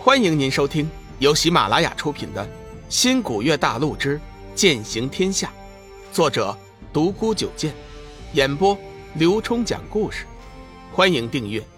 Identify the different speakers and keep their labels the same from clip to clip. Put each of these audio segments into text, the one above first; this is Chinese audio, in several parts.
Speaker 1: 欢迎您收听由喜马拉雅出品的《新古月大陆之剑行天下》，作者独孤九剑，演播刘冲讲故事。欢迎订阅。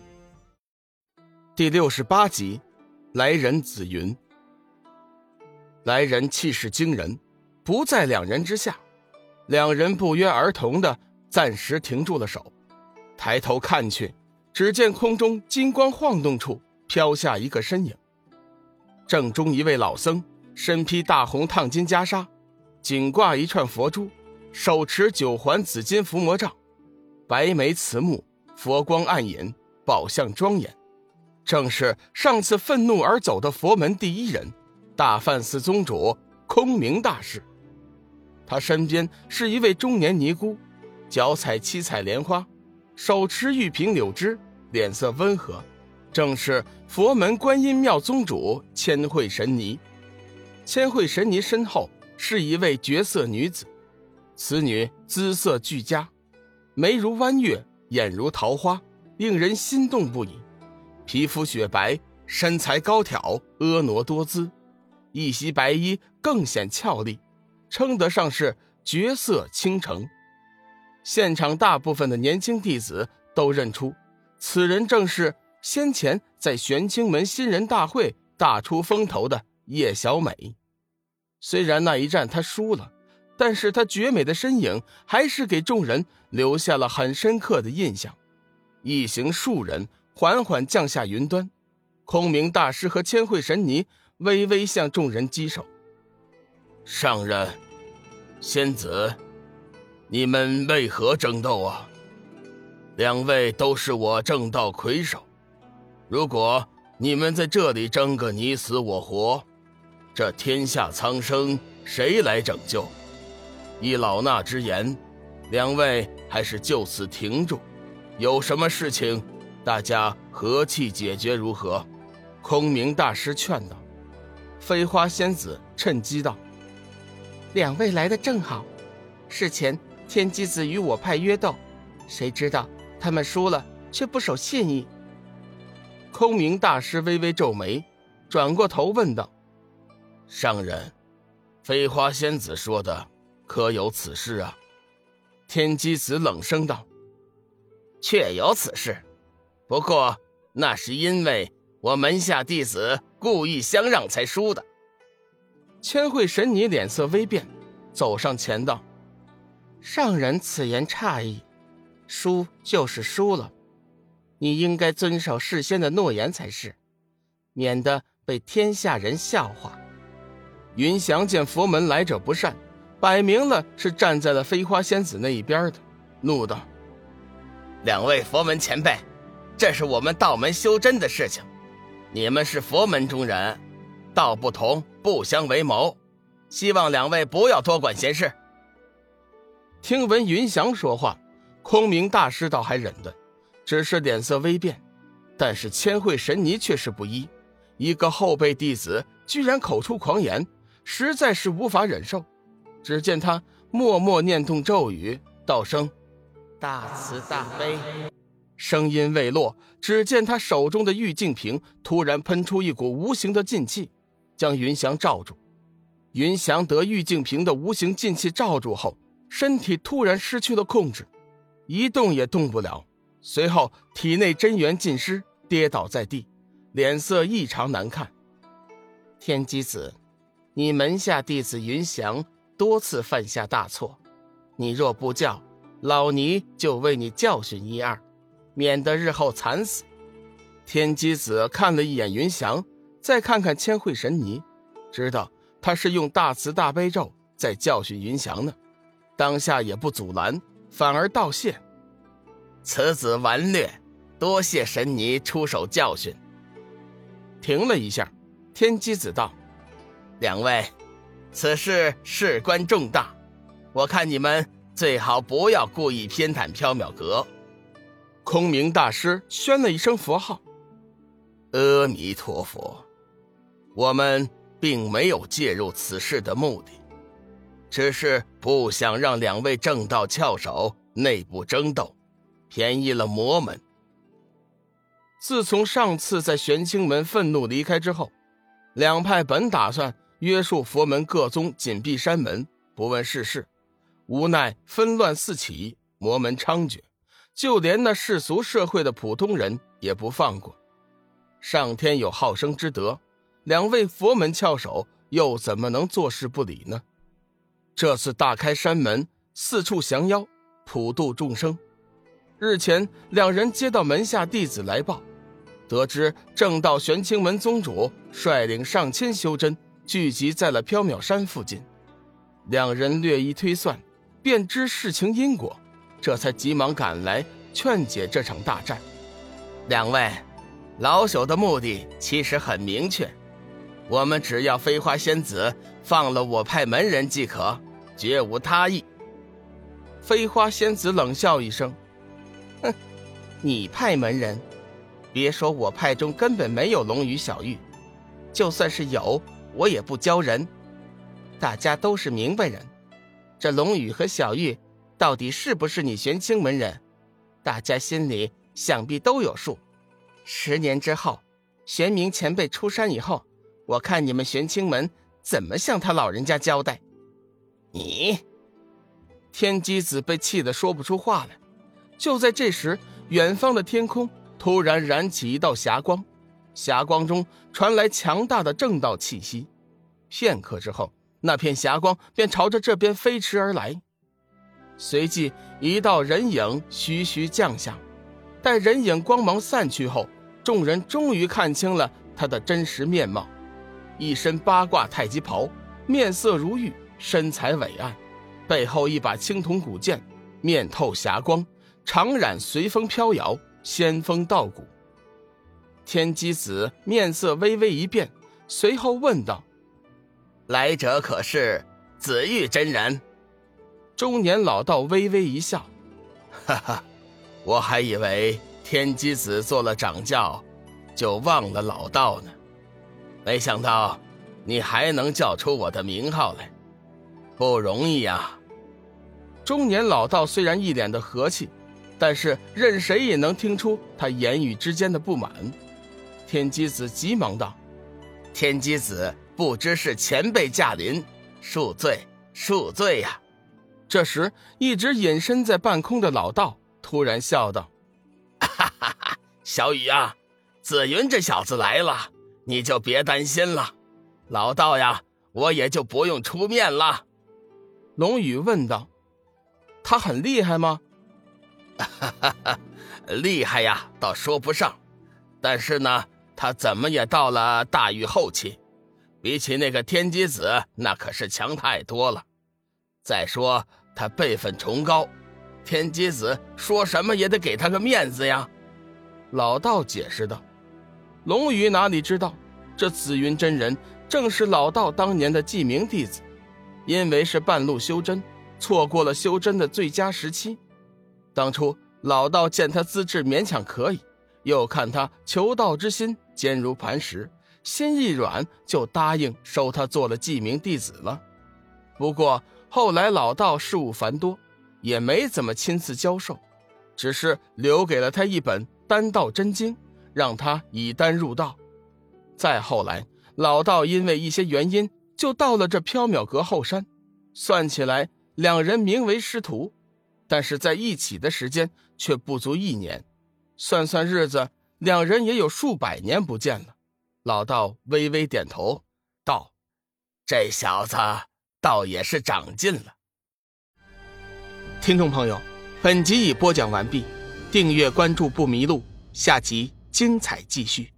Speaker 1: 第68集，来人紫云。来人气势惊人，不在两人之下，两人不约而同的暂时停住了手，抬头看去，只见空中金光晃动处飘下一个身影。正中一位老僧，身披大红烫金袈裟，颈挂一串佛珠，手持9环紫金伏魔杖，白眉慈目，佛光暗隐，宝相庄严，正是上次愤怒而走的佛门第一人，大梵寺宗主空明大师。他身边是一位中年尼姑，脚踩7彩莲花，手持玉瓶柳枝，脸色温和，正是佛门观音庙宗主千惠神尼。千惠神尼身后是一位绝色女子，此女姿色俱佳，眉如弯月，眼如桃花，令人心动不已。皮肤雪白，身材高挑，婀娜多姿，一袭白衣更显俏丽，称得上是绝色倾城。现场大部分的年轻弟子都认出，此人正是先前在玄清门新人大会大出风头的叶小美。虽然那一战她输了，但是她绝美的身影还是给众人留下了很深刻的印象。一行数人缓缓降下云端，空明大师和千惠神尼微微向众人击手。上人，仙子，你们为何争斗啊？两位都是我正道魁首，如果你们在这里争个你死我活，这天下苍生谁来拯救？依老衲之言，两位还是就此停住，有什么事情大家和气解决如何？空明大师劝道。飞花仙子趁机道：两位来得正好，事前天机子与我派约斗，谁知道他们输了却不守信义。空明大师微微皱眉，转过头问道：上人，飞花仙子说的可有此事啊？天机子冷声道：确有此事，不过那是因为我门下弟子故意相让才输的。千惠神尼脸色微变，走上前道：上人此言差矣，输就是输了，你应该遵守事先的诺言才是，免得被天下人笑话。云翔见佛门来者不善，摆明了是站在了飞花仙子那一边的，怒道：两位佛门前辈，这是我们道门修真的事情，你们是佛门中人，道不同不相为谋，希望两位不要多管闲事。听闻云翔说话，空明大师倒还忍得，只是脸色微变，但是千惠神尼却是不依，一个后辈弟子居然口出狂言，实在是无法忍受。只见他默默念动咒语，道声大慈大悲，声音未落，只见他手中的玉净瓶突然喷出一股无形的劲气，将云翔罩住。云翔得玉净瓶的无形劲气罩住后，身体突然失去了控制，一动也动不了，随后体内真元尽失，跌倒在地，脸色异常难看。天机子，你门下弟子云翔多次犯下大错，你若不教，老尼就为你教训一二，免得日后惨死。天机子看了一眼云翔，再看看千惠神尼，知道他是用大慈大悲咒在教训云翔呢，当下也不阻拦，反而道谢：此子顽劣，多谢神尼出手教训。停了一下，天机子道：两位，此事事关重大，我看你们最好不要故意偏袒缥缈阁。空明大师宣了一声佛号：阿弥陀佛，我们并没有介入此事的目的，只是不想让两位正道翘首内部争斗，便宜了魔门。 自从上次在玄清门愤怒离开之后，两派本打算约束佛门各宗紧闭山门，不问世事，无奈纷乱四起，魔门猖獗，就连那世俗社会的普通人也不放过。上天有好生之德，两位佛门翘首又怎么能坐视不理呢？这次大开山门，四处降妖，普度众生。日前两人接到门下弟子来报，得知正道玄清门宗主率领上千修真聚集在了缥缈山附近。两人略一推算，便知事情因果，这才急忙赶来劝解这场大战。
Speaker 2: 两位，老朽的目的其实很明确，我们只要飞花仙子放了我派门人即可，绝无他意。
Speaker 1: 飞花仙子冷笑一声，哼，你派门人？别说我派中根本没有龙宇小玉，就算是有，我也不教人。大家都是明白人，这龙宇和小玉到底是不是你玄清门人，大家心里想必都有数。10年之后，玄冥前辈出山以后，我看你们玄清门怎么向他老人家交代。
Speaker 2: 你
Speaker 1: 天机子被气得说不出话来。就在这时，远方的天空突然燃起一道霞光，霞光中传来强大的正道气息。片刻之后，那片霞光便朝着这边飞驰而来。随即一道人影徐徐降下，待人影光芒散去后，众人终于看清了他的真实面貌。一身八卦太极袍，面色如玉，身材伟岸，背后一把青铜古剑，面透霞光，长髯随风飘摇，仙风道骨。天机子面色微微一变，随后问道：
Speaker 2: 来者可是紫玉真人？
Speaker 1: 中年老道微微一笑，
Speaker 2: 哈哈，我还以为天机子做了掌教就忘了老道呢，没想到你还能叫出我的名号来，不容易啊。
Speaker 1: 中年老道虽然一脸的和气，但是任谁也能听出他言语之间的不满。天机子急忙道：
Speaker 2: 天机子不知是前辈驾临，恕罪恕罪呀。
Speaker 1: 这时一直隐身在半空的老道突然笑道：
Speaker 2: 哈哈哈，小雨啊，紫云这小子来了，你就别担心了，老道呀，我也就不用出面了。
Speaker 1: 龙宇问道：他很厉害吗？
Speaker 2: 哈哈哈，厉害呀倒说不上，但是呢，他怎么也到了大玉后期，比起那个天机子那可是强太多了。再说他辈分崇高，天机子说什么也得给他个面子呀。
Speaker 1: 老道解释道。龙宇哪里知道，这紫云真人正是老道当年的记名弟子，因为是半路修真，错过了修真的最佳时期。当初老道见他资质勉强可以，又看他求道之心坚如磐石，心一软就答应收他做了记名弟子了。不过后来老道事务繁多，也没怎么亲自教授，只是留给了他一本丹道真经，让他以丹入道。再后来老道因为一些原因就到了这缥缈阁后山，算起来两人名为师徒，但是在一起的时间却不足1年，算算日子，两人也有数百年不见了。老道微微点头道：
Speaker 2: 这小子倒也是长进了。
Speaker 1: 听众朋友，本集已播讲完毕，订阅关注不迷路，下集精彩继续。